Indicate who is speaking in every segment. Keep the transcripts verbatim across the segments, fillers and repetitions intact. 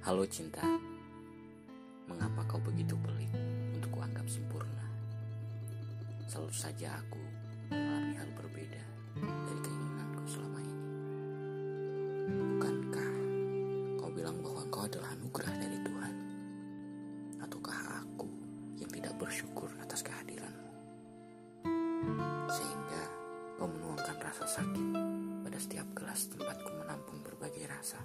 Speaker 1: Halo cinta, mengapa kau begitu pelik untuk kuanggap sempurna? Selalu saja aku mengalami hal berbeda dari keinginanku selama ini. Bukankah kau bilang bahwa kau adalah anugerah dari Tuhan? Ataukah aku yang tidak bersyukur atas kehadiranmu? Sehingga kau menuangkan rasa sakit pada setiap gelas tempatku menampung berbagai rasa.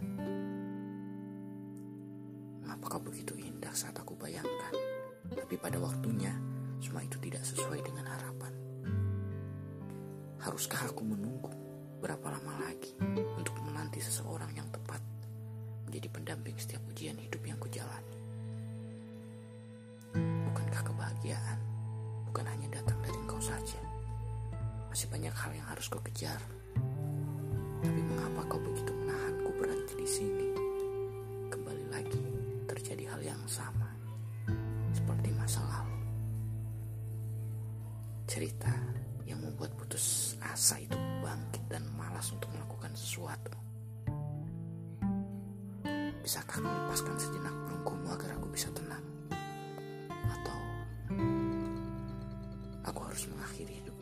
Speaker 1: Mengapa kau begitu indah saat aku bayangkan, tapi pada waktunya semua itu tidak sesuai dengan harapan? Haruskah aku menunggu berapa lama lagi untuk menanti seseorang yang tepat menjadi pendamping setiap ujian hidup yang kujalani? Bukankah kebahagiaan bukan hanya datang dari engkau saja? Masih banyak hal yang harus kau kejar. Tapi mengapa kau begitu menahanku berhenti di sini? Kembali lagi terjadi hal yang sama seperti masa lalu. Cerita yang membuat putus asa itu bangkit dan malas untuk melakukan sesuatu. Bisakah kau lepaskan sejenak belenggumu agar aku bisa tenang? Atau aku harus mengakhiri hidup